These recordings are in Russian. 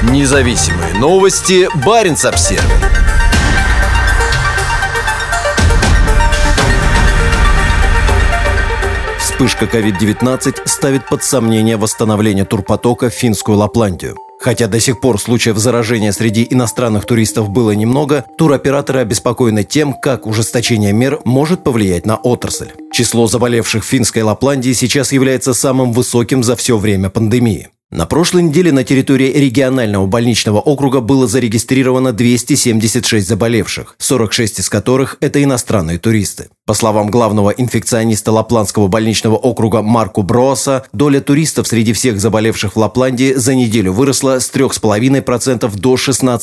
Независимые новости. Баренц-Обсервис. Вспышка COVID-19 ставит под сомнение восстановление турпотока в финскую Лапландию. Хотя до сих пор случаев заражения среди иностранных туристов было немного, туроператоры обеспокоены тем, как ужесточение мер может повлиять на отрасль. Число заболевших в финской Лапландии сейчас является самым высоким за все время пандемии. На прошлой неделе на территории регионального больничного округа было зарегистрировано 276 заболевших, 46 из которых – это иностранные туристы. По словам главного инфекциониста Лапландского больничного округа Марку Броаса, доля туристов среди всех заболевших в Лапландии за неделю выросла с 3,5% до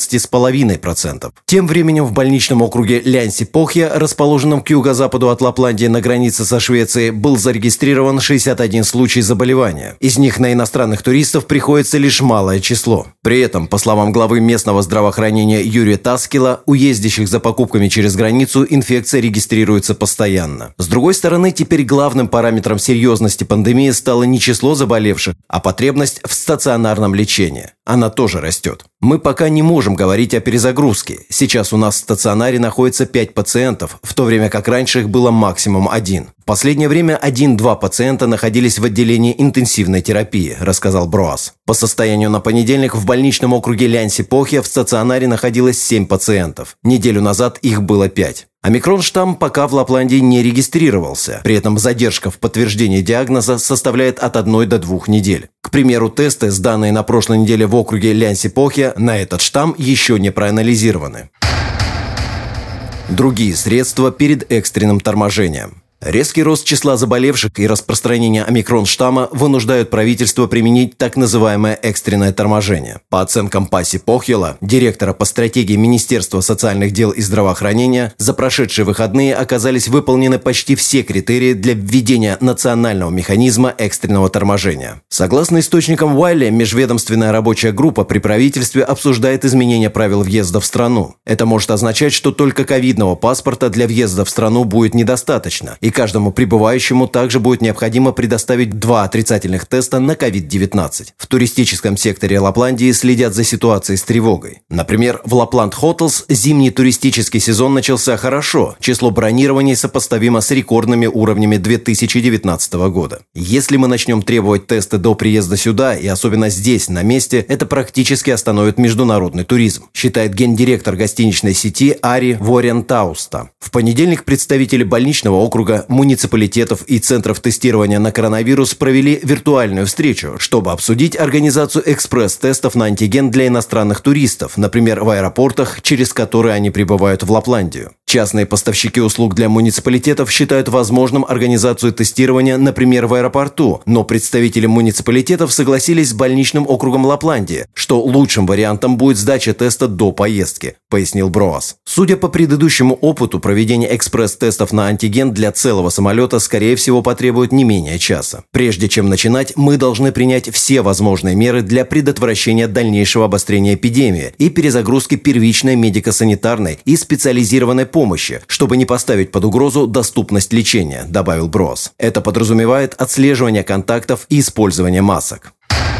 16,5%. Тем временем в больничном округе Лянси-Похья, расположенном к юго-западу от Лапландии на границе со Швецией, был зарегистрирован 61 случай заболевания. Из них на иностранных туристов приходится лишь малое число. При этом, по словам главы местного здравоохранения Юрия Таскила, у ездящих за покупками через границу инфекция регистрируется постоянно. С другой стороны, теперь главным параметром серьезности пандемии стало не число заболевших, а потребность в стационарном лечении. Она тоже растет. Мы пока не можем говорить о перезагрузке. Сейчас у нас в стационаре находится 5 пациентов, в то время как раньше их было максимум 1. В последнее время 1-2 пациента находились в отделении интенсивной терапии, рассказал Броас. По состоянию на понедельник в больничном округе Лянси-Похья в стационаре находилось 7 пациентов. Неделю назад их было 5. Омикрон-штамм пока в Лапландии не регистрировался. При этом задержка в подтверждении диагноза составляет от 1 до 2 недель. К примеру, тесты, сданные на прошлой неделе в округе Лянси-Похья, на этот штамм еще не проанализированы. Другие средства перед экстренным торможением. Резкий рост числа заболевших и распространение омикрон-штамма вынуждают правительство применить так называемое экстренное торможение. По оценкам Паси Похьела, директора по стратегии Министерства социальных дел и здравоохранения, за прошедшие выходные оказались выполнены почти все критерии для введения национального механизма экстренного торможения. Согласно источникам Уайли, межведомственная рабочая группа при правительстве обсуждает изменения правил въезда в страну. Это может означать, что только ковидного паспорта для въезда в страну будет недостаточно, и каждому прибывающему также будет необходимо предоставить 2 отрицательных теста на COVID-19. В туристическом секторе Лапландии следят за ситуацией с тревогой. Например, в Лапланд Хотелс зимний туристический сезон начался хорошо. Число бронирований сопоставимо с рекордными уровнями 2019 года. Если мы начнем требовать тесты до приезда сюда, и особенно здесь, на месте, это практически остановит международный туризм, считает гендиректор гостиничной сети Ари Ворентауста. В понедельник представители больничного округа, муниципалитетов и центров тестирования на коронавирус провели виртуальную встречу, чтобы обсудить организацию экспресс-тестов на антиген для иностранных туристов, например, в аэропортах, через которые они прибывают в Лапландию. Частные поставщики услуг для муниципалитетов считают возможным организацию тестирования, например, в аэропорту, но представители муниципалитетов согласились с больничным округом Лапландии, что лучшим вариантом будет сдача теста до поездки, пояснил Броас. Судя по предыдущему опыту, проведение экспресс-тестов на антиген для целого самолета, скорее всего, потребует не менее часа. Прежде чем начинать, мы должны принять все возможные меры для предотвращения дальнейшего обострения эпидемии и перезагрузки первичной медико-санитарной и специализированной помощи, чтобы не поставить под угрозу доступность лечения, добавил Броас. Это подразумевает отслеживание контактов и использование масок.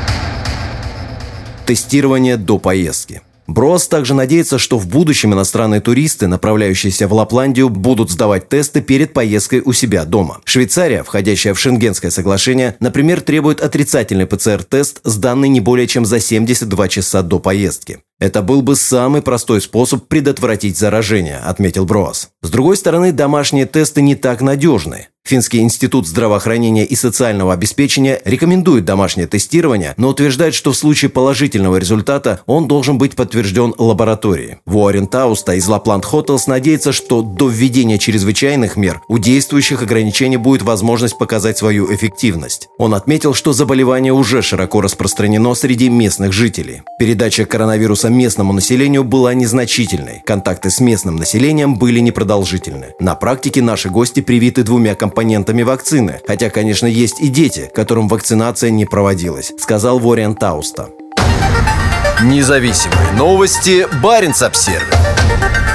Тестирование до поездки. Броас также надеется, что в будущем иностранные туристы, направляющиеся в Лапландию, будут сдавать тесты перед поездкой у себя дома. Швейцария, входящая в Шенгенское соглашение, например, требует отрицательный ПЦР-тест, сданный не более чем за 72 часа до поездки. Это был бы самый простой способ предотвратить заражение, отметил Броас. С другой стороны, домашние тесты не так надежны. Финский институт здравоохранения и социального обеспечения рекомендует домашнее тестирование, но утверждает, что в случае положительного результата он должен быть подтвержден лабораторией. Ворентауста из Лапланд Хотелс надеется, что до введения чрезвычайных мер у действующих ограничений будет возможность показать свою эффективность. Он отметил, что заболевание уже широко распространено среди местных жителей. Передача коронавируса местному населению была незначительной. Контакты с местным населением были непродолжительны. На практике наши гости привиты 2 компонентами вакцины, хотя, конечно, есть и дети, которым вакцинация не проводилась, сказал Ворентауста. Независимые новости. Баренц-Обсервис.